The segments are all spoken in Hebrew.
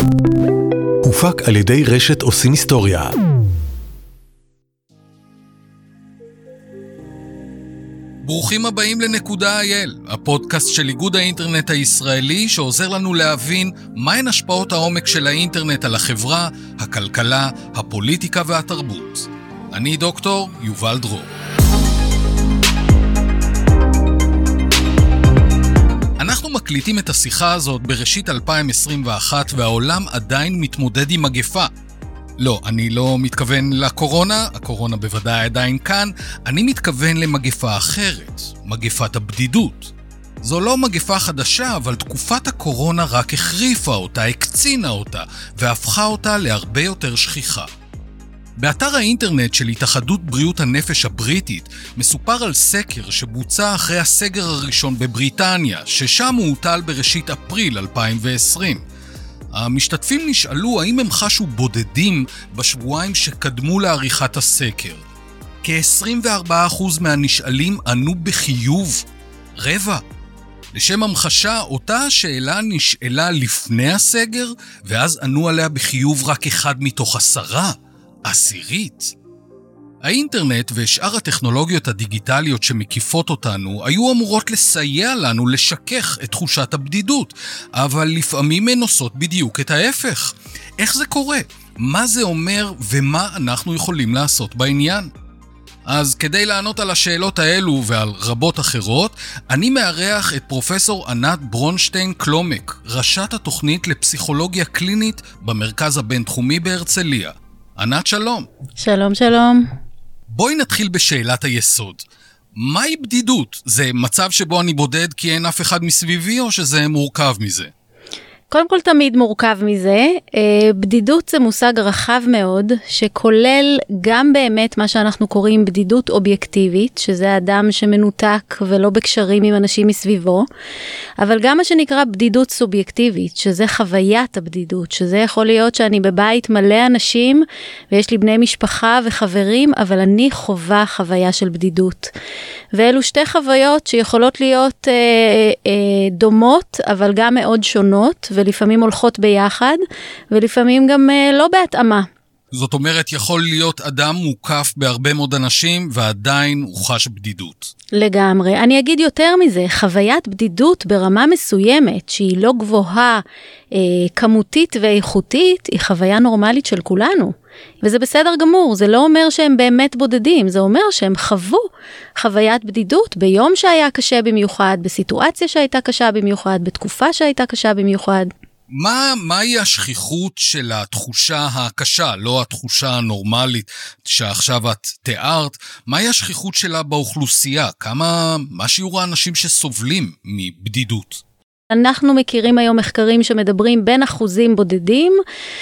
הופק על ידי רשת עושים היסטוריה. ברוכים הבאים לנקודה.il, הפודקאסט של איגוד האינטרנט הישראלי שעוזר לנו להבין מהן השפעות העומק של האינטרנט על החברה, הכלכלה, הפוליטיקה והתרבות. אני דוקטור יובל דרור. אנחנו מקליטים את השיחה הזאת בראשית 2021 והעולם עדיין מתמודד עם מגפה. לא, אני לא מתכוון לקורונה, הקורונה בוודאי עדיין כאן, אני מתכוון למגפה אחרת, מגפת הבדידות. זו לא מגפה חדשה, אבל תקופת הקורונה רק החריפה אותה, הקצינה אותה, והפכה אותה להרבה יותר שכיחה. באתר האינטרנט של התאחדות בריאות הנפש הבריטית מסופר על סקר שבוצע אחרי הסגר הראשון בבריטניה, ששם הוא הוטל בראשית אפריל 2020. המשתתפים נשאלו האם הם חשו בודדים בשבועיים שקדמו לעריכת הסקר. כ-24% מהנשאלים ענו בחיוב, רבע. לשם המחשה, אותה השאלה נשאלה לפני הסגר, ואז ענו עליה בחיוב רק 1 מתוך 10, 10. האינטרנט ושאר הטכנולוגיות הדיגיטליות שמקיפות אותנו היו אמורות לסייע לנו לשכך את תחושת הבדידות, אבל לפעמים הן עושות בדיוק את ההפך. איך זה קורה? מה זה אומר ומה אנחנו יכולים לעשות בעניין? אז כדי לענות על השאלות האלו ועל רבות אחרות, אני מארח את פרופסור ענת ברונשטיין קלומק, ראשת התוכנית לפסיכולוגיה קלינית במרכז הבינתחומי בהרצליה. ענת, שלום. שלום, שלום. בואי נתחיל בשאלת היסוד. מהי בדידות? זה מצב שבו אני בודד כי אין אף אחד מסביבי, או שזה מורכב מזה? קודם כל תמיד מורכב מזה. בדידות זה מושג רחב מאוד, שכולל גם באמת מה שאנחנו קוראים בדידות אובייקטיבית, שזה אדם שמנותק ולא בקשרים עם אנשים מסביבו, אבל גם מה שנקרא בדידות סובייקטיבית, שזה חוויית הבדידות, שזה יכול להיות שאני בבית מלא אנשים, ויש לי בני משפחה וחברים, אבל אני חווה חוויה של בדידות. ואלו שתי חוויות שיכולות להיות דומות, אבל גם מאוד שונות, ולפעמים הולכות ביחד, ולפעמים גם לא בהתאמה. זאת אומרת, יכול להיות אדם מוקף בהרבה מאוד אנשים, ועדיין הוא חש בדידות. לגמרי. אני אגיד יותר מזה, חוויית בדידות ברמה מסוימת, שהיא לא גבוהה, כמותית ואיכותית, היא חוויה נורמלית של כולנו. וזה בסדר גמור, זה לא אומר שהם באמת בודדים, זה אומר שהם חוו חוויית בדידות ביום שהיה קשה במיוחד, בסיטואציה שהייתה קשה במיוחד, בתקופה שהייתה קשה במיוחד. מהי השכיחות של התחושה הקשה, לא התחושה הנורמלית שעכשיו את תיארת? מהי השכיחות שלה באוכלוסייה? מה שיעור האנשים שסובלים מבדידות? אנחנו מכירים היום מחקרים שמדברים בין אחוזים בודדים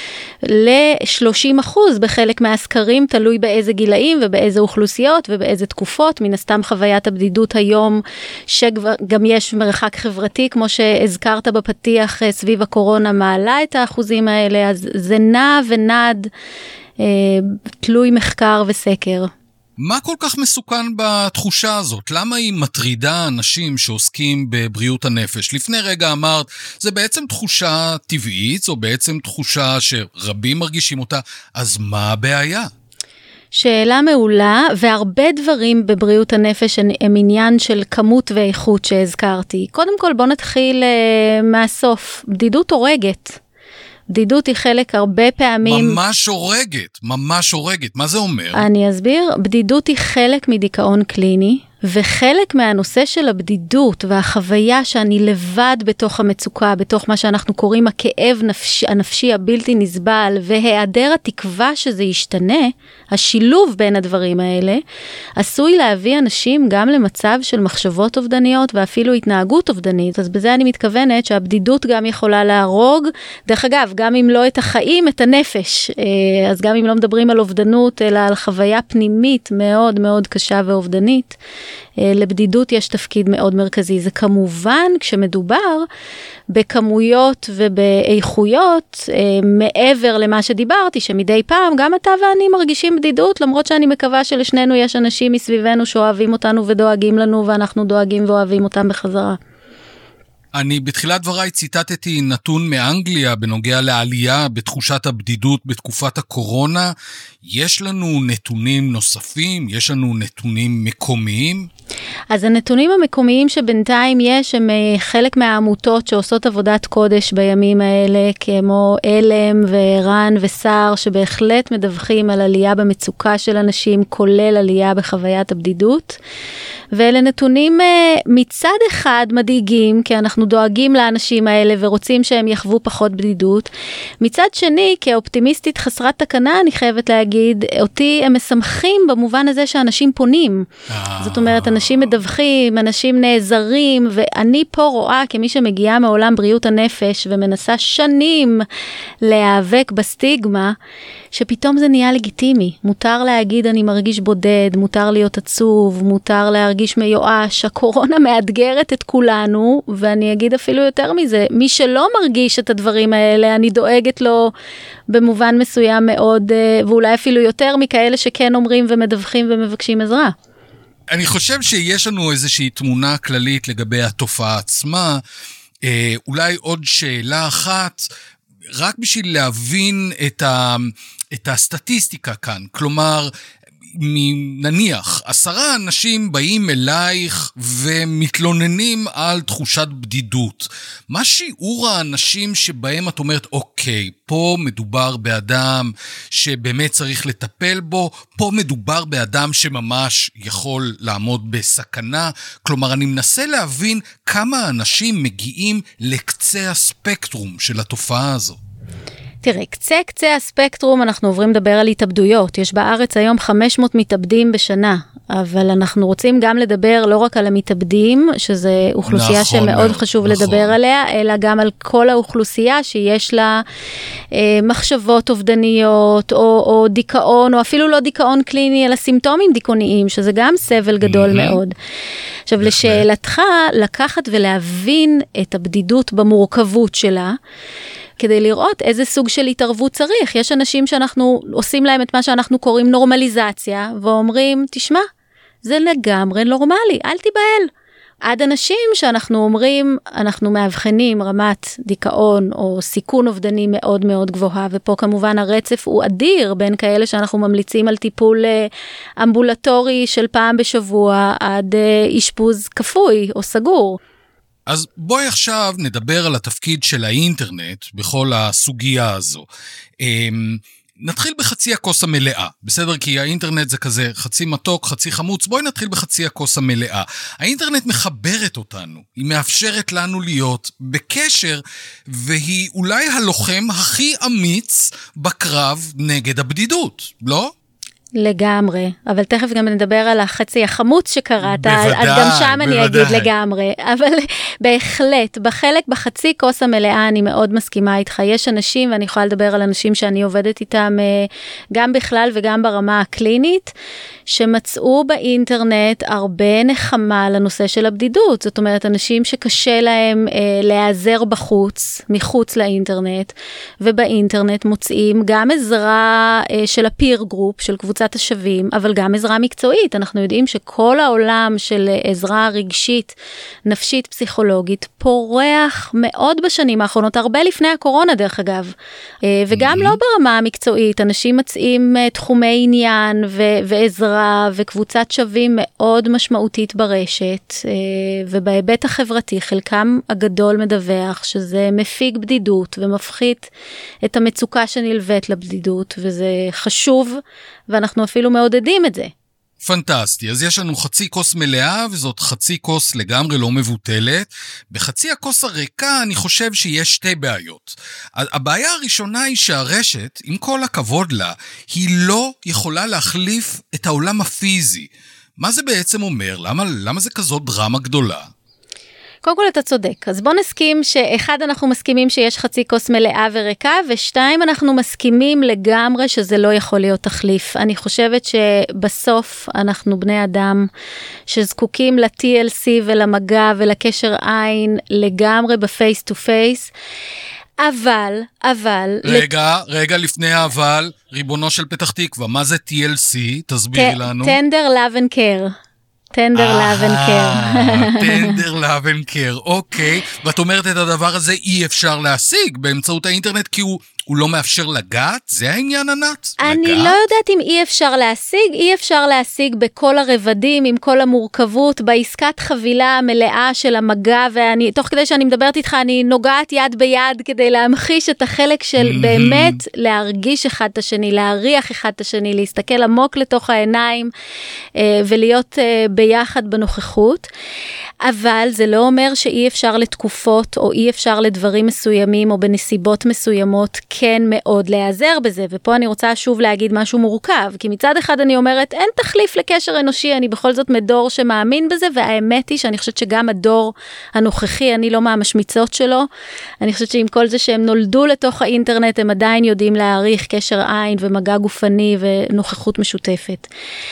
ל-30% בחלק מהסקרים, תלוי באיזה גילאים ובאיזה אוכלוסיות ובאיזה תקופות. מן הסתם חוויית הבדידות היום, שגם יש מרחק חברתי, כמו שהזכרת בפתיח סביב הקורונה, מעלה את האחוזים האלה, אז זה נע ונד, תלוי מחקר וסקר. מה כל כך מסוכן בתחושה הזאת? למה היא מטרידה אנשים שעוסקים בבריאות הנפש? לפני רגע אמרת, זה בעצם תחושה טבעית, זו בעצם תחושה שרבים מרגישים אותה, אז מה הבעיה? שאלה מעולה, והרבה דברים בבריאות הנפש הם עניין של כמות ואיכות שהזכרתי. קודם כל בוא נתחיל מהסוף. בדידות הורגת. בדידות היא חלק הרבה פעמים... ממש הורגת. מה זה אומר? אני אסביר. בדידות היא חלק מדיכאון קליני, וחלק מהנושא של הבדידות והחוויה שאני לבד בתוך המצוקה, בתוך מה שאנחנו קוראים הכאב הנפשי הבלתי נסבל, והיעדר התקווה שזה ישתנה, השילוב בין הדברים האלה, עשוי להביא אנשים גם למצב של מחשבות אובדניות, ואפילו התנהגות אובדנית. אז בזה אני מתכוונת שהבדידות גם יכולה להרוג, דרך אגב, גם אם לא את החיים, את הנפש. אז גם אם לא מדברים על אובדנות, אלא על חוויה פנימית מאוד מאוד קשה ואובדנית, לבדידות יש תפקיד מאוד מרכזי. זה כמובן כשמדובר בכמויות ובאיכויות מעבר למה שדיברתי, שמדי פעם גם אתה ואני מרגישים בדידות, למרות שאני מקווה שלשנינו יש אנשים מסביבנו שאוהבים אותנו ודואגים לנו, ואנחנו דואגים ואוהבים אותם בחזרה. אני בתחילת דבריי ציטטתי נתון מאנגליה בנוגע לעלייה בתחושת הבדידות בתקופת הקורונה. יש לנו נתונים נוספים? יש לנו נתונים מקומיים? אז הנתונים המקומיים שבינתיים יש, הם חלק מהעמותות שעושות עבודת קודש בימים האלה, כמו אלם וערן וסער, שבהחלט מדווחים על עלייה במצוקה של אנשים, כולל עלייה בחוויית הבדידות. ואלה נתונים מצד אחד מדאיגים, כי אנחנו דואגים לאנשים האלה ורוצים שהם יחוו פחות בדידות. מצד שני, כאופטימיסטית חסרת תקנה, אני חייבת להגיד, אותי הם משמחים במובן הזה שאנשים פונים. זאת אומרת, אנשים מדווחים, אנשים נעזרים, ואני פה רואה כמי שמגיעה מעולם בריאות הנפש ומנסה שנים להיאבק בסטיגמה, שפתאום זה נהיה לגיטימי. מותר להגיד אני מרגיש בודד, מותר להיות עצוב, מותר להרגיש מיואש. הקורונה מאתגרת את כולנו, ואני אגיד אפילו יותר מזה, מי שלא מרגיש את הדברים האלה, אני דואגת לו במובן מסוים מאוד, ואולי אפילו יותר מכאלה שכן אומרים ומדווחים ומבקשים עזרה. אני חושב שיש לנו איזושהי תמונה כללית לגבי התופעה עצמה. אולי עוד שאלה אחת, רק בשביל להבין את הסטטיסטיקה כאן. כלומר, נניח, 10 אנשים באים אלייך ומתלוננים על תחושת בדידות. מה שיעור האנשים שבהם את אומרת, אוקיי, פה מדובר באדם שבאמת צריך לטפל בו, פה מדובר באדם שממש יכול לעמוד בסכנה. כלומר, אני מנסה להבין כמה אנשים מגיעים לקצה הספקטרום של התופעה הזו. תראה, קצה הספקטרום אנחנו עוברים לדבר על התאבדויות. יש בארץ היום 500 מתאבדים בשנה, אבל אנחנו רוצים גם לדבר לא רק על המתאבדים, שזה אוכלוסייה שמאוד חשוב לדבר עליה, אלא גם על כל האוכלוסייה שיש לה מחשבות אובדניות, או דיכאון, או אפילו לא דיכאון קליני, אלא סימפטומים דיכאוניים, שזה גם סבל גדול מאוד. עכשיו, לשאלתך, לקחת ולהבין את הבדידות במורכבות שלה, כדי לראות איזה סוג של התערבות צריך. יש אנשים שאנחנו עושים להם את מה שאנחנו קוראים נורמליזציה, ואומרים, תשמע, זה לגמרי נורמלי, אל תיבהל. עד אנשים שאנחנו אומרים, אנחנו מאבחנים רמת דיכאון או סיכון אובדני מאוד מאוד גבוהה, ופה כמובן הרצף הוא אדיר, בין כאלה שאנחנו ממליצים על טיפול אמבולטורי של פעם בשבוע, עד אשפוז כפוי או סגור. אז בואי עכשיו נדבר על התפקיד של האינטרנט בכל הסוגיה הזו. נתחיל בחצי הכוס המלאה, בסדר? כי האינטרנט זה כזה חצי מתוק, חצי חמוץ. בואי נתחיל בחצי הכוס המלאה. האינטרנט מחברת אותנו, היא מאפשרת לנו להיות בקשר, והיא אולי הלוחם הכי אמיץ בקרב נגד הבדידות, לא? לגמרי, אבל תכף גם נדבר על החצי החמוץ שקראת, אז גם שם אני אגיד לגמרי, אבל בהחלט, בחצי כוס המלאה אני מאוד מסכימה איתך, יש אנשים, ואני יכולה לדבר על אנשים שאני עובדת איתם, גם בכלל וגם ברמה הקלינית, שמצאו באינטרנט הרבה נחמה לנושא של הבדידות, זאת אומרת, אנשים שקשה להם להיעזר בחוץ, מחוץ לאינטרנט, ובאינטרנט מוצאים גם עזרה של הפיר גרופ, של קבוצת השווים, אבל גם עזרה מקצועית. אנחנו יודעים שכל העולם של עזרה רגשית, נפשית, פסיכולוגית, פורח מאוד בשנים האחרונות, הרבה לפני הקורונה דרך אגב, וגם לא ברמה המקצועית, אנשים מצאים תחומי עניין ועזרה וקבוצת שווים מאוד משמעותית ברשת, ובהיבט החברתי חלקם הגדול מדווח שזה מפיג בדידות ומפחית את המצוקה שנלווית לבדידות, וזה חשוב ואנחנו אפילו מעודדים את זה. פנטסטי, אז יש לנו חצי כוס מלאה, וזאת חצי כוס לגמרי לא מבוטלת. בחצי הכוס הריקה אני חושב שיש 2 בעיות. הבעיה הראשונה היא שהרשת, עם כל הכבוד לה, היא לא יכולה להחליף את העולם הפיזי. מה זה בעצם אומר? למה זה כזאת דרמה גדולה? קודם כל אתה צודק, אז בוא נסכים שאחד אנחנו מסכימים שיש חצי כוס מלאה וריקה, ושתיים אנחנו מסכימים לגמרי שזה לא יכול להיות תחליף. אני חושבת שבסוף אנחנו בני אדם שזקוקים ל-TLC ולמגע ולקשר עין לגמרי בפייס טו פייס, אבל... רגע לפני האבל, ריבונו של פתח תקווה, מה זה TLC? תסבירי לנו. Tender Love and Care. טנדר לאבן קר. טנדר לאבן קר, אוקיי. ואת אומרת את הדבר הזה אי אפשר להשיג באמצעות האינטרנט, כי הוא לא מאפשר לגעת? זה העניין ענת? אני לא יודעת אם אי אפשר להשיג, אי אפשר להשיג בכל הרבדים, עם כל המורכבות, בעסקת חבילה המלאה של המגע, ואני, תוך כדי שאני מדברת איתך, אני נוגעת יד ביד כדי להמחיש את החלק של באמת להרגיש אחד את השני, להריח אחד את השני, להסתכל עמוק לתוך העיניים, ולהיות ביחד בנוכחות. אבל זה לא אומר שאי אפשר לתקופות, או אי אפשר לדברים מסוימים, או בנסיבות מסוימות, כן מאוד להיעזר בזה. ופה אני רוצה שוב להגיד משהו מורכב, כי מצד אחד אני אומרת, אין תחליף לקשר אנושי, אני בכל זאת מדור שמאמין בזה, והאמת היא שאני חושבת שגם הדור הנוכחי, אני לא מהמשמיצות שלו, אני חושבת שעם כל זה שהם נולדו לתוך האינטרנט, הם עדיין יודעים להעריך קשר עין ומגע גופני ונוכחות משותפת.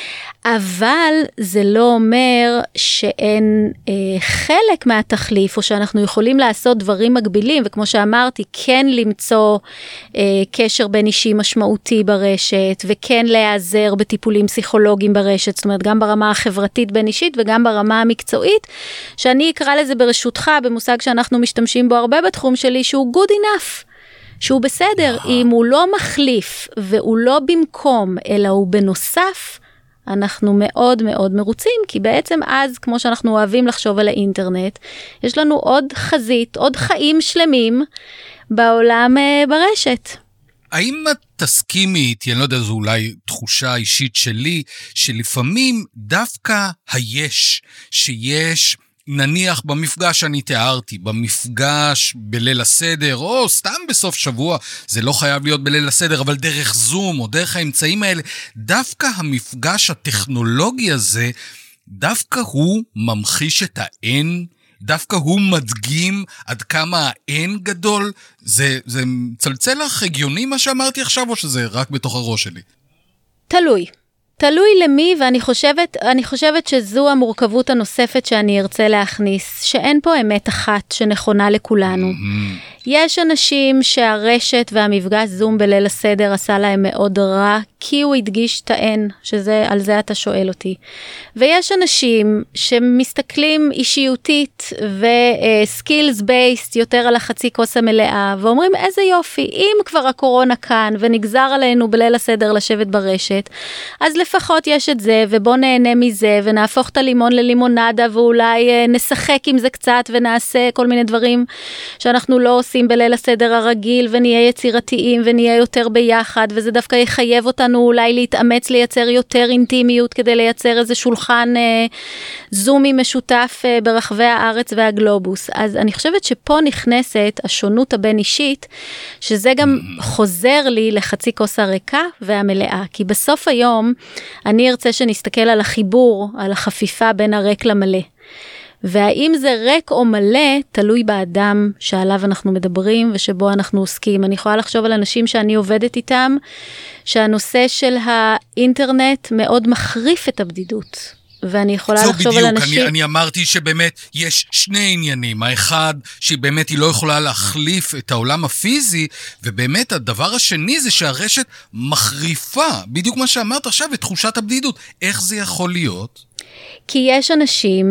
אבל זה לא אומר שאין חלק מהתחליף, או שאנחנו יכולים לעשות דברים מגבילים, וכמו שאמרתי, כן למצוא קשר בין אישי משמעותי ברשת, וכן להיעזר בטיפולים פסיכולוגיים ברשת, זאת אומרת, גם ברמה החברתית בין אישית, וגם ברמה המקצועית, שאני אקרא לזה ברשותך, במושג שאנחנו משתמשים בו הרבה בתחום שלי, שהוא good enough. שהוא בסדר, אם הוא לא מחליף, והוא לא במקום, אלא הוא בנוסף, אנחנו מאוד מאוד מרוצים, כי בעצם אז, כמו שאנחנו אוהבים לחשוב על האינטרנט, יש לנו עוד חזית, עוד חיים שלמים בעולם ברשת. האם את תסכימי איתי, אני לא יודע, זו אולי תחושה אישית שלי, שלפעמים דווקא שיש נניח במפגש שאני תיארתי, במפגש בליל הסדר, או סתם בסוף שבוע, זה לא חייב להיות בליל הסדר, אבל דרך זום או דרך האמצעים האלה, דווקא המפגש הטכנולוגי הזה, דווקא הוא ממחיש את האין, דווקא הוא מדגים עד כמה האין גדול, זה מצלצל לך הגיוני מה שאמרתי עכשיו, או שזה רק בתוך הראש שלי? תלוי למי, ואני חושבת שזו המורכבות הנוספת שאני ארצה להכניס, שאין פה אמת אחת שנכונה לכולנו. יש אנשים שהרשת והמפגש זום בליל הסדר עשה להם מאוד רע, כי הוא הדגיש את האין, על זה אתה שואל אותי. ויש אנשים שמסתכלים אישיותית ו-skills based יותר על החצי כוס המלאה, ואומרים איזה יופי, אם כבר הקורונה כאן ונגזר עלינו בליל הסדר לשבת ברשת, אז לפחות יש את זה, ובוא נהנה מזה, ונהפוך את הלימון ללימונדה, ואולי נשחק עם זה קצת, ונעשה כל מיני דברים שאנחנו לא עושים בליל הסדר הרגיל, ונהיה יצירתיים, ונהיה יותר ביחד, וזה דווקא יחייב אותנו אולי להתאמץ לייצר יותר אינטימיות, כדי לייצר איזה שולחן זומי משותף ברחבי הארץ והגלובוס. אז אני חושבת שפה נכנסת השונות הבין אישית, שזה גם חוזר לי לחצי כוס הריקה והמלאה, כי בסוף היום אני ארצה שנסתכל על החיבור, על החפיפה בין הריק למלא. והאם זה ריק או מלא, תלוי באדם שעליו אנחנו מדברים ושבו אנחנו עוסקים. אני יכולה לחשוב על אנשים שאני עובדת איתם, שהנושא של האינטרנט מאוד מחריף את הבדידות. ואני יכולה לחשוב על אנשים... בדיוק, אני אמרתי שבאמת יש שני עניינים. האחד, שהיא באמת היא לא יכולה להחליף את העולם הפיזי, ובאמת הדבר השני זה שהרשת מחריפה, בדיוק מה שאמרת עכשיו, את תחושת הבדידות. איך זה יכול להיות? כי יש אנשים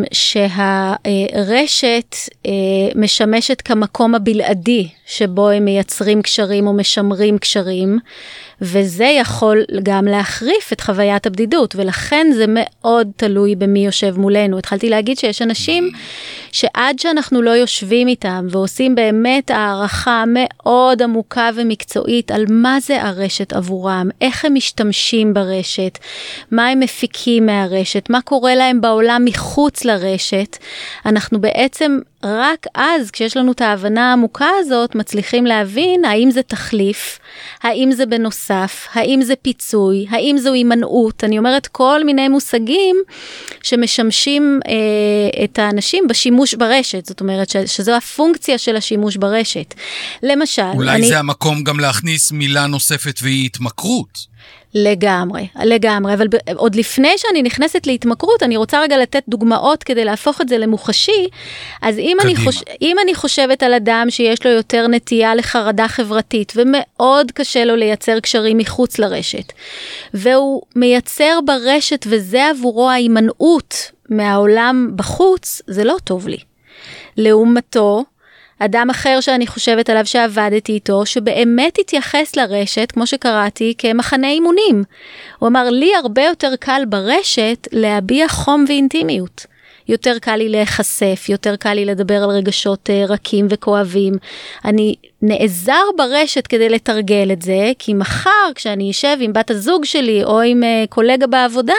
שהרשת משמשת כמקום הבלעדי שבו הם מייצרים קשרים או משמרים קשרים, וזה יכול גם להחריף את חוויית הבדידות, ולכן זה מאוד תלוי במי יושב מולנו. התחלתי להגיד שיש אנשים שעד שאנחנו לא יושבים איתם ועושים באמת הערכה מאוד עמוקה ומקצועית על מה זה הרשת עבורם, איך הם משתמשים ברשת, מה הם מפיקים מהרשת, מה קורה להם בעולם מחוץ לרשת, אנחנו בעצם רק אז, כשיש לנו את ההבנה העמוקה הזאת, מצליחים להבין האם זה תחליף, האם זה בנוסף, האם זה פיצוי, האם זו הימנעות. אני אומרת כל מיני מושגים שמשמשים את האנשים בשימוש ברשת, זאת אומרת שזו הפונקציה של השימוש ברשת. למשל... אולי זה המקום גם להכניס מילה נוספת והיא התמכרות. לגמרי, אבל עוד לפני שאני נכנסת להתמכרות, אני רוצה רגע לתת דוגמאות כדי להפוך את זה למוחשי. אז אם אני חושבת על אדם שיש לו יותר נטייה לחרדה חברתית, ומאוד קשה לו לייצר קשרים מחוץ לרשת, והוא מייצר ברשת, וזה עבורו ההימנעות מהעולם בחוץ, זה לא טוב לי. לעומתו, אדם אחר שאני חושבת עליו שעבדתי איתו, שבאמת התייחס לרשת, כמו שקראתי, כמחנה אימונים. הוא אמר, לי הרבה יותר קל ברשת להביע חום ואינטימיות. יותר קל לי להיחשף, יותר קל לי לדבר על רגשות רכים וכואבים. אני נעזר ברשת כדי לתרגל את זה, כי מחר כשאני אשב עם בת הזוג שלי או עם קולגה בעבודה,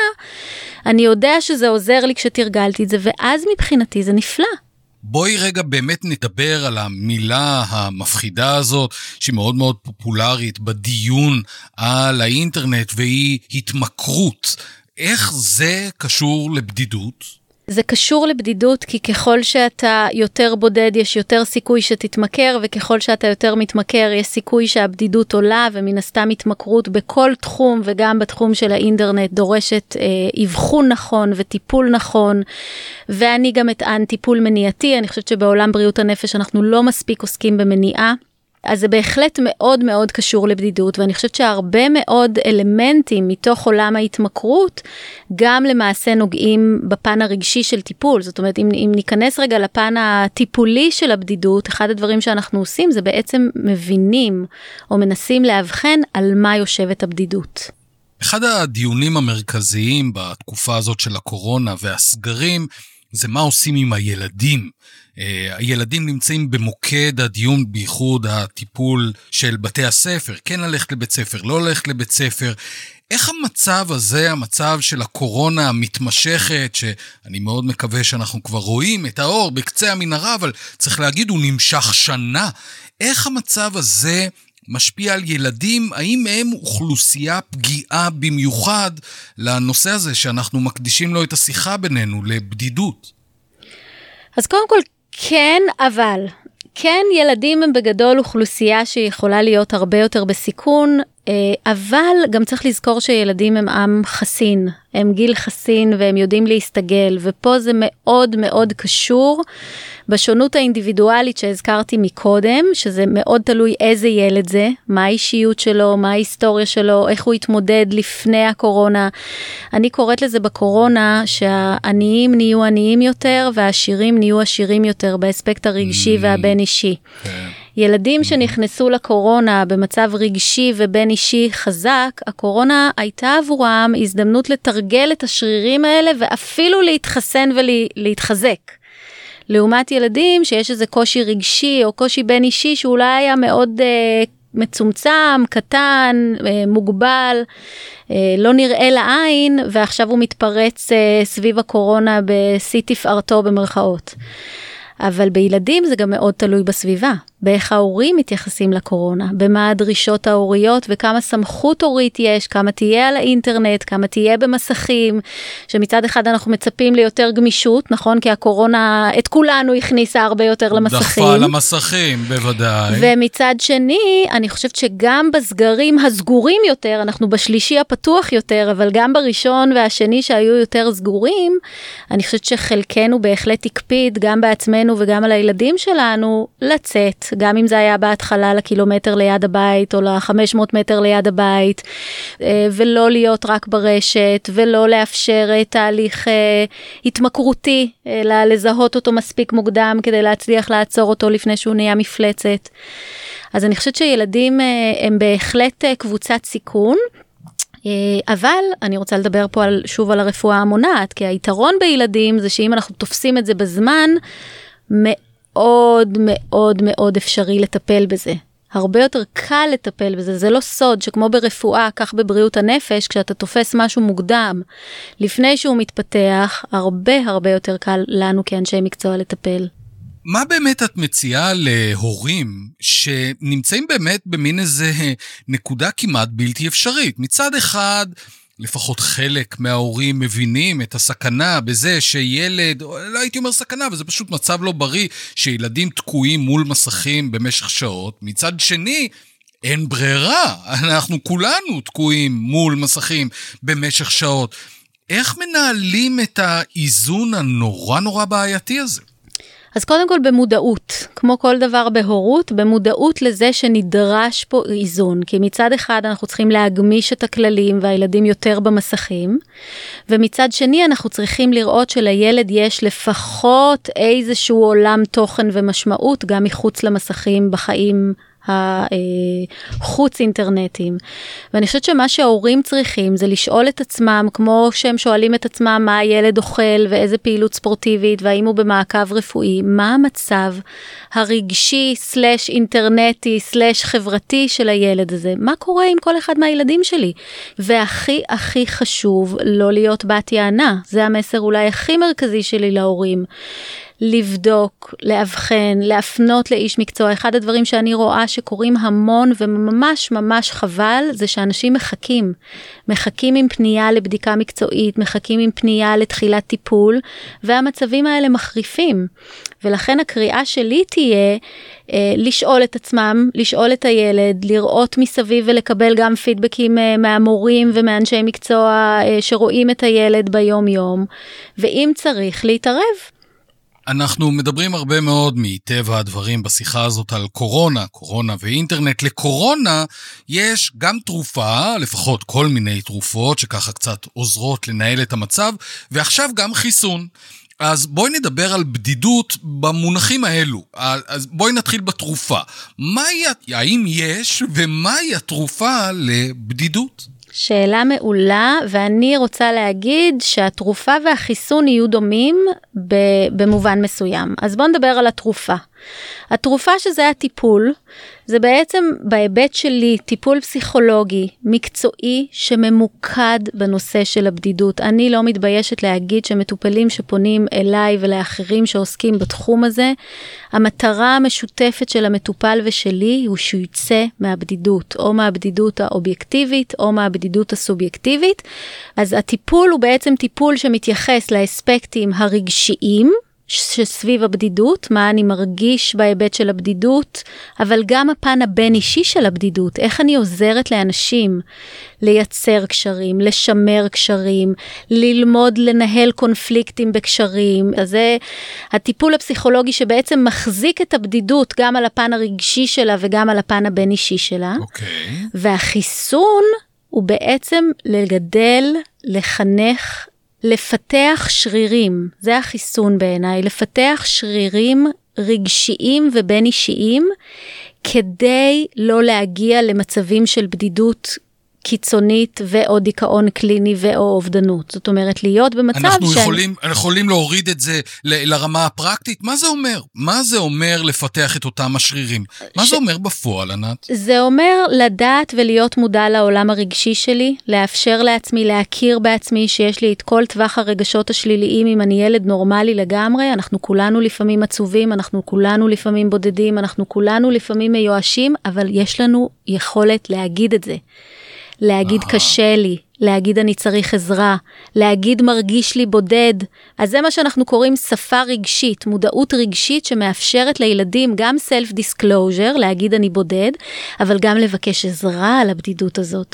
אני יודע שזה עוזר לי כשתרגלתי את זה, ואז מבחינתי זה נפלא. בואי רגע באמת נדבר על המילה המפחידה הזאת, שהיא מאוד מאוד פופולרית בדיון על האינטרנט, והיא התמכרות. איך זה קשור לבדידות? זה קשור לבדידות, כי ככל שאתה יותר בודד, יש יותר סיכוי שתתמכר, וככל שאתה יותר מתמכר, יש סיכוי שהבדידות עולה, ומן הסתם התמכרות בכל תחום, וגם בתחום של האינטרנט, דורשת אבחון נכון וטיפול נכון, ואני גם אטען טיפול מניעתי. אני חושבת שבעולם בריאות הנפש אנחנו לא מספיק עוסקים במניעה, אז זה בהחלט מאוד מאוד קשור לבדידות, ואני חושבת שהרבה מאוד אלמנטים מתוך עולם ההתמכרות, גם למעשה נוגעים בפן הרגשי של טיפול. זאת אומרת, אם ניכנס רגע לפן הטיפולי של הבדידות, אחד הדברים שאנחנו עושים זה בעצם מבינים או מנסים להבחן על מה יושבת הבדידות. אחד הדיונים המרכזיים בתקופה הזאת של הקורונה והסגרים, זה מה עושים עם הילדים. הילדים נמצאים במוקד הדיון, בייחוד הטיפול של בתי הספר, כן ללכת לבית ספר, לא ללכת לבית ספר. איך המצב הזה, המצב של הקורונה המתמשכת, שאני מאוד מקווה שאנחנו כבר רואים את האור בקצה המנהרה, אבל צריך להגיד, הוא נמשך שנה. איך המצב הזה משפיע על ילדים? האם הם אוכלוסייה פגיעה במיוחד לנושא הזה שאנחנו מקדישים לו את השיחה בינינו, לבדידות? אז קודם כל, כן, אבל כן, ילדים הם בגדול אוכלוסייה שיכולה להיות הרבה יותר בסיכון, אבל גם צריך לזכור שילדים הם עם חסין, הם גיל חסין והם יודעים להסתגל, ופה זה מאוד מאוד קשור בשונות האינדיבידואלית שהזכרתי מקודם, שזה מאוד תלוי איזה ילד זה, מה האישיות שלו, מה ההיסטוריה שלו, איך הוא התמודד לפני הקורונה. אני קוראת לזה בקורונה שהעניים נהיו עניים יותר, והעשירים נהיו עשירים יותר באספקט הרגשי והבין אישי. ילדים שנכנסו לקורונה במצב רגשי ובין אישי חזק, הקורונה הייתה עבורם הזדמנות לתרגל את השרירים האלה, ואפילו להתחסן ולהתחזק. לעומת ילדים שיש איזה קושי רגשי או קושי בין אישי שאולי היה מאוד מצומצם, קטן, מוגבל, לא נראה לעין, ועכשיו הוא מתפרץ סביב הקורונה בשיא תפארתו במרכאות. אבל בילדים זה גם מאוד תלוי בסביבה, באיך ההורים מתייחסים לקורונה, במה הדרישות ההוריות וכמה סמכות הורית יש, כמה תהיה על האינטרנט, כמה תהיה במסכים, שמצד אחד אנחנו מצפים ליותר גמישות, נכון? כי הקורונה את כולנו הכניסה הרבה יותר למסכים. דחפה למסכים, בוודאי. ומצד שני, אני חושבת שגם בסגרים הסגורים יותר, אנחנו בשלישי הפתוח יותר, אבל גם בראשון והשני שהיו יותר סגורים, אני חושבת שחלקנו בהחלט הקפיד, גם בעצמנו וגם על הילדים שלנו, לצאת. גם אם זה היה בהתחלה לקילומטר ליד הבית, או ל500 מטר ליד הבית, ולא להיות רק ברשת, ולא לאפשר תהליך התמכרותי, אלא לזהות אותו מספיק מוקדם, כדי להצליח לעצור אותו לפני שהוא נהיה מפלצת. אז אני חושבת שילדים הם בהחלט קבוצת סיכון, אבל אני רוצה לדבר פה שוב על הרפואה המונעת, כי היתרון בילדים זה שאם אנחנו תופסים את זה בזמן, מאוד מאוד מאוד אפשרי לטפל בזה. הרבה יותר קל לטפל בזה. זה לא סוד שכמו ברפואה, כך בבריאות הנפש, כשאתה תופס משהו מוקדם, לפני שהוא מתפתח, הרבה יותר קל לנו כאנשי מקצוע לטפל. מה באמת את מציעה להורים שנמצאים באמת במין איזה נקודה כמעט בלתי אפשרית? מצד אחד, לפחות חלק מההורים מבינים את הסכנה בזה שילד, לא הייתי אומר סכנה, וזה פשוט מצב לא בריא, שילדים תקועים מול מסכים במשך שעות. מצד שני, אין ברירה, אנחנו כולנו תקועים מול מסכים במשך שעות. איך מנהלים את האיזון הנורא בעייתי הזה? אז קודם כל במודעות, כמו כל דבר בהורות, במודעות לזה שנדרש פה איזון, כי מצד אחד אנחנו צריכים להגמיש את הכללים והילדים יותר במסכים, ומצד שני אנחנו צריכים לראות שלילד יש לפחות איזשהו עולם תוכן ומשמעות, גם מחוץ למסכים בחיים החוץ אינטרנטיים. ואני חושבת שמה שההורים צריכים זה לשאול את עצמם, כמו שהם שואלים את עצמם מה הילד אוכל ואיזה פעילות ספורטיבית, והאם הוא במעקב רפואי, מה המצב הרגשי סלש אינטרנטי סלש חברתי של הילד הזה, מה קורה עם כל אחד מהילדים שלי. והכי הכי חשוב לא להיות בת יענה, זה המסר אולי הכי מרכזי שלי להורים. לבדוק, לאבחן, להפנות לאיש מקצוע. אחד הדברים שאני רואה שקורים המון וממש ממש חבל, זה שאנשים מחכים עם פנייה לבדיקה מקצועית, מחכים עם פנייה לתחילת טיפול, והמצבים האלה מחריפים. ולכן הקריאה שלי תהיה לשאול את עצמם, לשאול את הילד, לראות מסביב ולקבל גם פידבקים מהמורים ומאנשי מקצוע שרואים את הילד ביום יום, ואם צריך להתערב. אנחנו מדברים הרבה מאוד מטבע הדברים בשיחה הזאת על קורונה ואינטרנט. לקורונה יש גם תרופה, לפחות כל מיני תרופות שככה קצת עוזרות לנהל את המצב, ועכשיו גם חיסון. אז בואי נדבר על בדידות במונחים האלו. אז בואי נתחיל בתרופה. האם יש ומהי התרופה לבדידות? שאלה מעולה, ואני רוצה להגיד שהתרופה והחיסון יהיו דומים במובן מסוים. אז בואו נדבר על התרופה. התרופה שזה הטיפול, זה בעצם בהיבט שלי טיפול פסיכולוגי, מקצועי, שממוקד בנושא של הבדידות. אני לא מתביישת להגיד שמטופלים שפונים אליי ולאחרים שעוסקים בתחום הזה, המטרה המשותפת של המטופל ושלי הוא שהוא יצא מהבדידות, או מהבדידות האובייקטיבית, או מהבדידות הסובייקטיבית. אז הטיפול הוא בעצם טיפול שמתייחס לאספקטים הרגשיים, שסביב הבדידות, מה אני מרגיש בהיבט של הבדידות, אבל גם הפן הבין אישי של הבדידות, איך אני עוזרת לאנשים לייצר קשרים, לשמר קשרים, ללמוד לנהל קונפליקטים בקשרים. אז זה הטיפול הפסיכולוגי שבעצם מחזיק את הבדידות גם על הפן הרגשי שלה וגם על הפן הבין אישי שלה. והחיסון הוא בעצם לגדל, לחנך, לפתח שרירים, זה החיסון בעיניי, לפתח שרירים רגשיים ובין אישיים, כדי לא להגיע למצבים של בדידות קיצונית ואו דיכאון קליני ואו אובדנות. זאת אומרת, להיות במצב אנחנו יכולים להוריד את זה לרמה הפרקטית? מה זה אומר? מה זה אומר לפתח את אותם השרירים? מה זה אומר בפועל, ענת? זה אומר לדעת ולהיות מודע לעולם הרגשי שלי, לאפשר לעצמי, להכיר בעצמי שיש לי את כל טווח הרגשות השליליים. אם אני ילד נורמלי לגמרי, אנחנו כולנו לפעמים עצובים, אנחנו כולנו לפעמים בודדים, אנחנו כולנו לפעמים מיואשים, אבל יש לנו יכולת להגיד את זה. להגיד קשה לי, להגיד אני צריך עזרה, להגיד מרגיש לי בודד. אז זה מה שאנחנו קוראים שפה רגשית, מודעות רגשית שמאפשרת לילדים גם self-disclosure, להגיד אני בודד, אבל גם לבקש עזרה על הבדידות הזאת.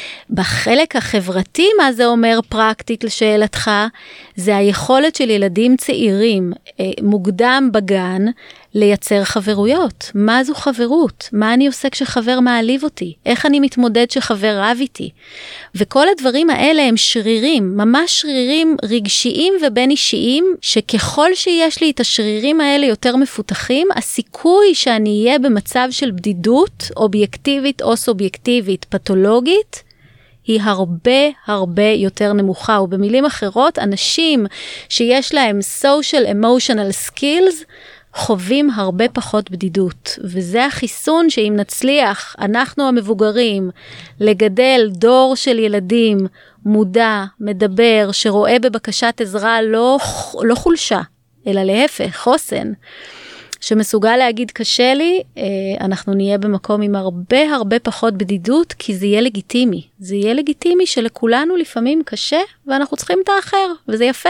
בחלק החברתי, מה זה אומר פרקטית לשאלתך, זה היכולת של ילדים צעירים, מוקדם בגן, לייצר חברויות. מה זו חברות? מה אני עושה כשחבר מעליב אותי? איך אני מתמודד שחבר רב איתי? וכל הדברים האלה הם שרירים, ממש שרירים רגשיים ובין אישיים, שככל שיש לי את השרירים האלה יותר מפותחים, הסיכוי שאני אהיה במצב של בדידות, אובייקטיבית או סובייקטיבית, פתולוגית, היא הרבה הרבה יותר נמוכה. ובמילים אחרות, אנשים שיש להם social emotional skills, חווים הרבה פחות בדידות, וזה החיסון שאם נצליח, אנחנו המבוגרים, לגדל דור של ילדים מודע, מדבר, שרואה בבקשת עזרה לא חולשה, אלא להפך, חוסן, שמסוגל להגיד קשה לי, אנחנו נהיה במקום עם הרבה הרבה פחות בדידות, כי זה יהיה לגיטימי. זה יהיה לגיטימי שלכולנו לפעמים קשה, ואנחנו צריכים את האחר, וזה יפה.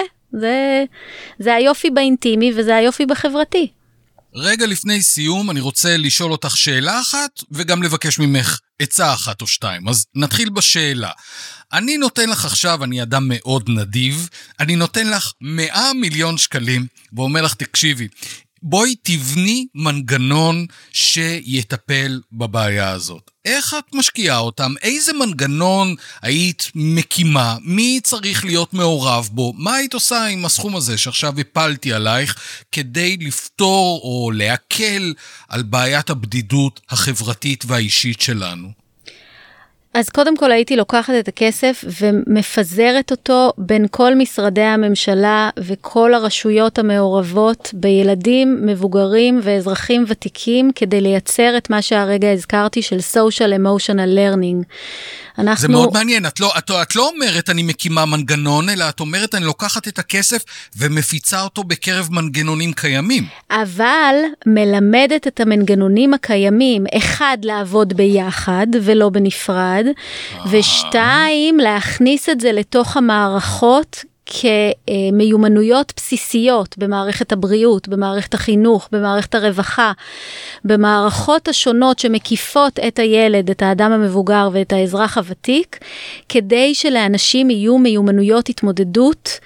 זה היופי באינטימי, וזה היופי בחברתי. רגע לפני סיום, אני רוצה לשאול אותך שאלה אחת, וגם לבקש ממך עצה אחת או שתיים. אז נתחיל בשאלה. אני נותן לך עכשיו, אני אדם מאוד נדיב, אני נותן לך 100 מיליון שקלים, ואומר לך, תקשיבי, בואי תבני מנגנון שיטפל בבעיה הזאת. איך את משקיעה אותם? איזה מנגנון היית מקימה? מי צריך להיות מעורב בו? מה היית עושה עם הסכום הזה שעכשיו הפלתי עלייך כדי לפתור או להקל על בעיית הבדידות החברתית והאישית שלנו? אז קודם כל הייתי לוקחת את הכסף ומפזרת אותו בין כל משרדי הממשלה וכל הרשויות המעורבות בילדים, מבוגרים ואזרחים ותיקים כדי לייצר את מה שהרגע הזכרתי של social emotional learning. זה מאוד מעניין, את לא אומרת אני מקימה מנגנון, אלא את אומרת אני לוקחת את הכסף ומפיצה אותו בקרב מנגנונים קיימים. אבל מלמדת את המנגנונים הקיימים, אחד לעבוד ביחד ולא בנפרד, ושתיים להכניס את זה לתוך המערכות, כמיומנויות בסיסיות במערכת הבריאות, במערכת החינוך, במערכת הרווחה, במערכות השונות שמקיפות את הילד, את האדם המבוגר ואת האזרח הוותיק, כדי שלאנשים יהיו מיומנויות התמודדות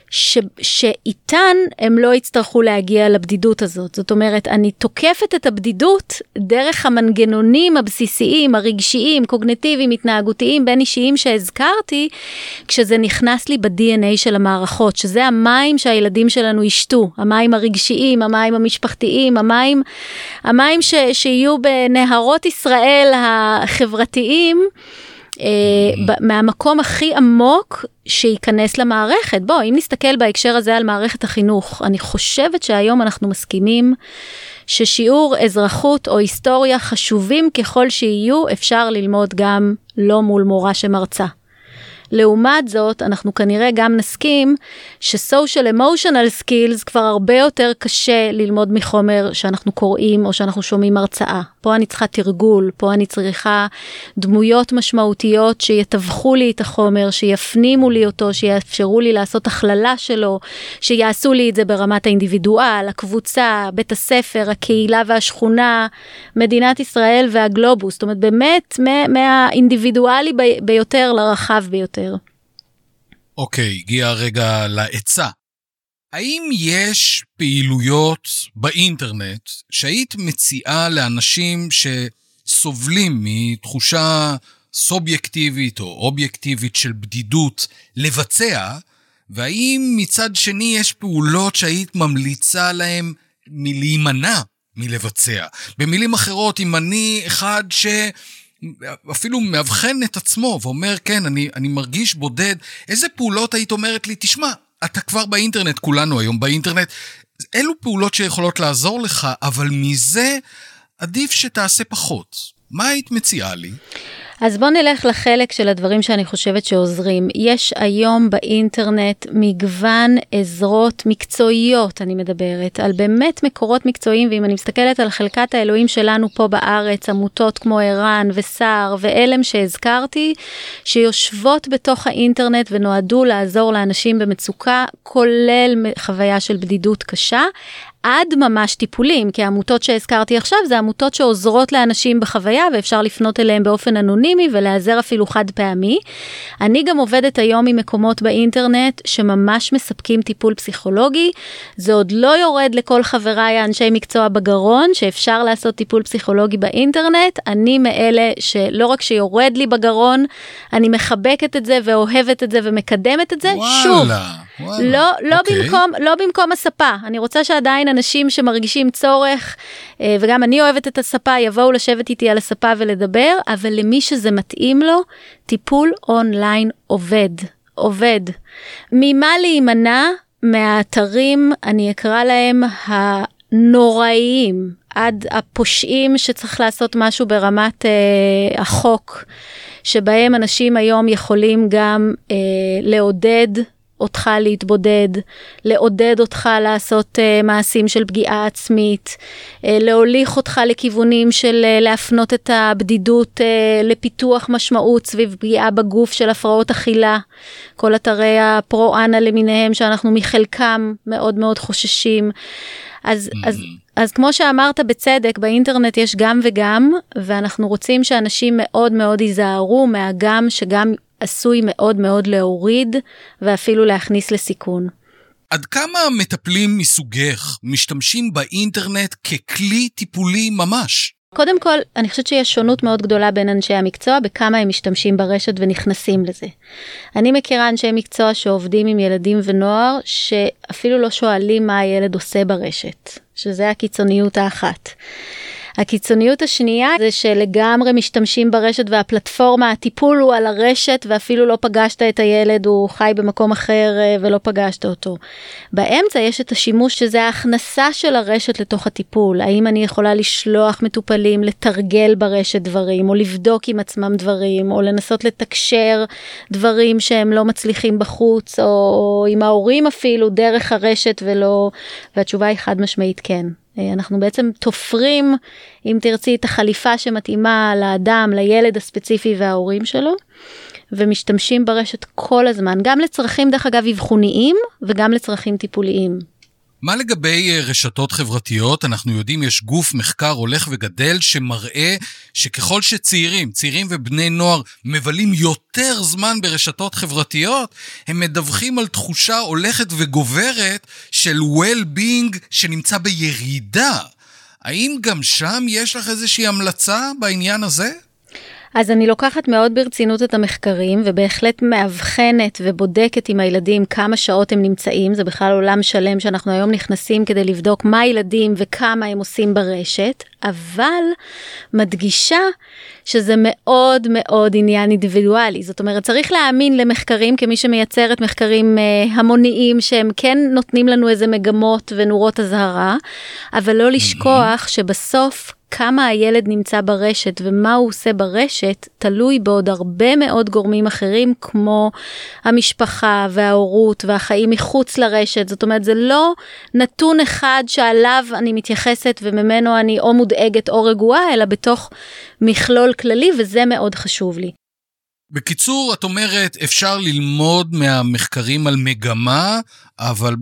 שאיתן הם לא יצטרכו להגיע לבדידות הזאת. זאת אומרת, אני תוקפת את הבדידות דרך המנגנונים הבסיסיים, הרגשיים, קוגניטיביים, התנהגותיים, בין אישיים שהזכרתי, כשזה נכנס לי ב-DNA של המערכות, שזה המים שהילדים שלנו ישתו, המים הרגשיים, המים המשפחתיים, המים שיהיו בנהרות ישראל החברתיים, מהמקום הכי עמוק שייכנס למערכת. בוא, אם נסתכל בהקשר הזה על מערכת החינוך, אני חושבת שהיום אנחנו מסכימים ששיעור אזרחות או היסטוריה חשובים ככל שיהיו, אפשר ללמוד גם לא מול מורה שמרצה. לעומת זאת, אנחנו כנראה גם נסכים ש-social emotional skills כבר הרבה יותר קשה ללמוד מחומר שאנחנו קוראים או שאנחנו שומעים הרצאה. פה אני צריכה תרגול, פה אני צריכה דמויות משמעותיות שיתווכו לי את החומר, שיפנימו לי אותו, שיאפשרו לי לעשות הכללה שלו, שיעשו לי את זה ברמת האינדיבידואל, הקבוצה, בית הספר, הקהילה והשכונה, מדינת ישראל והגלובוס. זאת אומרת, באמת מהאינדיבידואלי ביותר לרחב ביותר. אוקיי, הגיע הרגע לעצה. האם יש פעילויות באינטרנט שהיית מציעה לאנשים שסובלים מתחושה סובייקטיבית או אובייקטיבית של בדידות לבצע, והאם מצד שני יש פעולות שהיית ממליצה להם מלהימנע מלבצע? במילים אחרות, אם אני אחד אפילו מאבחן את עצמו ואומר, כן, אני מרגיש בודד, איזה פעולות היית אומרת לי, תשמע, אתה כבר באינטרנט, כולנו היום באינטרנט, אלו פעולות שיכולות לעזור לך, אבל מזה עדיף שתעשה פחות. מה היית מציעה לי? אז בוא נלך לחלק של הדברים שאני חושבת שעוזרים. יש היום באינטרנט מגוון עזרות מקצועיות, אני מדברת, על באמת מקורות מקצועיים, ואם אני מסתכלת על חלקת האלוהים שלנו פה בארץ, עמותות כמו ערן וסער ואלם שהזכרתי, שיושבות בתוך האינטרנט ונועדו לעזור לאנשים במצוקה, כולל חוויה של בדידות קשה, עד ממש טיפולים, כי העמותות שהזכרתי עכשיו זה עמותות שעוזרות לאנשים בחוויה, ואפשר לפנות אליהם באופן אנונימי ולעזר אפילו חד פעמי. אני גם עובדת היום עם מקומות באינטרנט שממש מספקים טיפול פסיכולוגי. זה עוד לא יורד לכל חבריי האנשי מקצוע בגרון, שאפשר לעשות טיפול פסיכולוגי באינטרנט. אני מאלה שלא רק שיורד לי בגרון, אני מחבקת את זה ואוהבת את זה ומקדמת את זה. שוב, לא במקום הספה. אני רוצה שעדיין אנשים שמרגישים צורך, וגם אני אוהבת את הספה, יבואו לשבת איתי על הספה ולדבר, אבל למי שזה מתאים לו, טיפול אונליין עובד. ממה להימנע מהאתרים, אני אקרא להם הנוראיים, עד הפושעים שצריך לעשות משהו ברמת החוק, שבהם אנשים היום יכולים גם לעודד אותך להתבודד, לעודד אותך לעשות מעשים של פגיעה עצמית, להוליך אותך לכיוונים של להפנות את הבדידות לפיתוח משמעות סביב פגיעה בגוף של הפרעות אכילה, כל אתרי הפרו-אנה למיניהם שאנחנו מחלקם מאוד מאוד חוששים. אז כמו שאמרת בצדק, באינטרנט יש גם וגם, ואנחנו רוצים שאנשים מאוד מאוד ייזהרו מהגם שגם עשוי מאוד מאוד להוריד, ואפילו להכניס לסיכון. עד כמה מטפלים מסוגך משתמשים באינטרנט ככלי טיפולי ממש? קודם כל, אני חושבת שיש שונות מאוד גדולה בין אנשי המקצוע, בכמה הם משתמשים ברשת ונכנסים לזה. אני מכירה אנשי מקצוע שעובדים עם ילדים ונוער, שאפילו לא שואלים מה הילד עושה ברשת, שזה הקיצוניות האחת. הקיצוניות השנייה זה שלגמרי משתמשים ברשת והפלטפורמה, הטיפול הוא על הרשת ואפילו לא פגשת את הילד, הוא חי במקום אחר ולא פגשת אותו. באמצע יש את השימוש שזה ההכנסה של הרשת לתוך הטיפול. האם אני יכולה לשלוח מטופלים לתרגל ברשת דברים, או לבדוק עם עצמם דברים, או לנסות לתקשר דברים שהם לא מצליחים בחוץ, או עם ההורים אפילו דרך הרשת והתשובה היא חד משמעית כן. אנחנו בעצם תופרים, אם תרצי, את החליפה שמתאימה לאדם, לילד הספציפי וההורים שלו, ומשתמשים ברשת כל הזמן, גם לצרכים דרך אגב אבחוניים, וגם לצרכים טיפוליים. מה לגבי רשתות חברתיות? אנחנו יודעים, יש גוף מחקר הולך וגדל שמראה שככל שצעירים ובני נוער מבלים יותר זמן ברשתות חברתיות, הם מדווחים על תחושה הולכת וגוברת של well-being שנמצא בירידה. האם גם שם יש לך איזושהי המלצה בעניין הזה? אז אני לוקחת מאוד ברצינות את המחקרים, ובהחלט מאבחנת ובודקת עם הילדים כמה שעות הם נמצאים. זה בכלל עולם שלם שאנחנו היום נכנסים כדי לבדוק מה הילדים וכמה הם עושים ברשת, אבל מדגישה שזה מאוד מאוד עניין אינדיבידואלי. זאת אומרת, צריך להאמין למחקרים כמי שמייצרת מחקרים המוניים שהם כן נותנים לנו איזה מגמות ונורות הזהרה, אבל לא לשכוח שבסוף כמה הילד נמצא ברשת ומה הוא עושה ברשת, תלוי בעוד הרבה מאוד גורמים אחרים, כמו המשפחה וההורות והחיים מחוץ לרשת. זאת אומרת, זה לא נתון אחד שעליו אני מתייחסת וממנו אני או מודאגת או רגועה, אלא בתוך מכלול כללי, וזה מאוד חשוב לי. בקיצור, את אומרת, אפשר ללמוד מהמחקרים על מגמה, אבל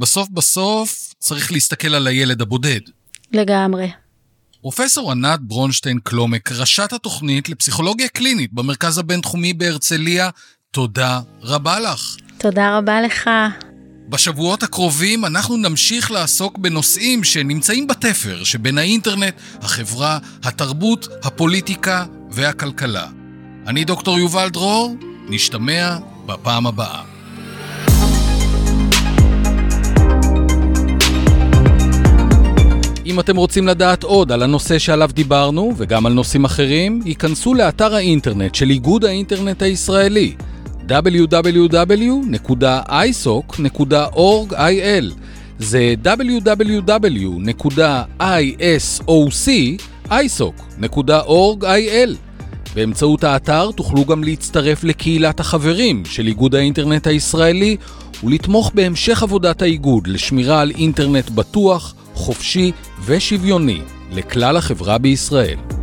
בסוף צריך להסתכל על הילד הבודד. לגמרי. פרופסור ענת ברונשטיין קלומק, ראשת התוכנית לפסיכולוגיה קלינית במרכז הבינתחומי בהרצליה, תודה רבה לך. תודה רבה לך. בשבועות הקרובים אנחנו נמשיך לעסוק בנושאים שנמצאים בתפר שבין האינטרנט, החברה, התרבות, הפוליטיקה והכלכלה. אני דוקטור יובל דרור, נשתמע בפעם הבאה. אם אתם רוצים לדעת עוד על הנושא שעליו דיברנו וגם על נושאים אחרים, ייכנסו לאתר האינטרנט של איגוד האינטרנט הישראלי www.isoc.org.il. זה www.isoc.org.il. באמצעות האתר תוכלו גם להצטרף לקהילת החברים של איגוד האינטרנט הישראלי ולתמוך בהמשך עבודת האיגוד לשמירה על אינטרנט בטוח, חופשי ושוויוני לכלל החברה בישראל.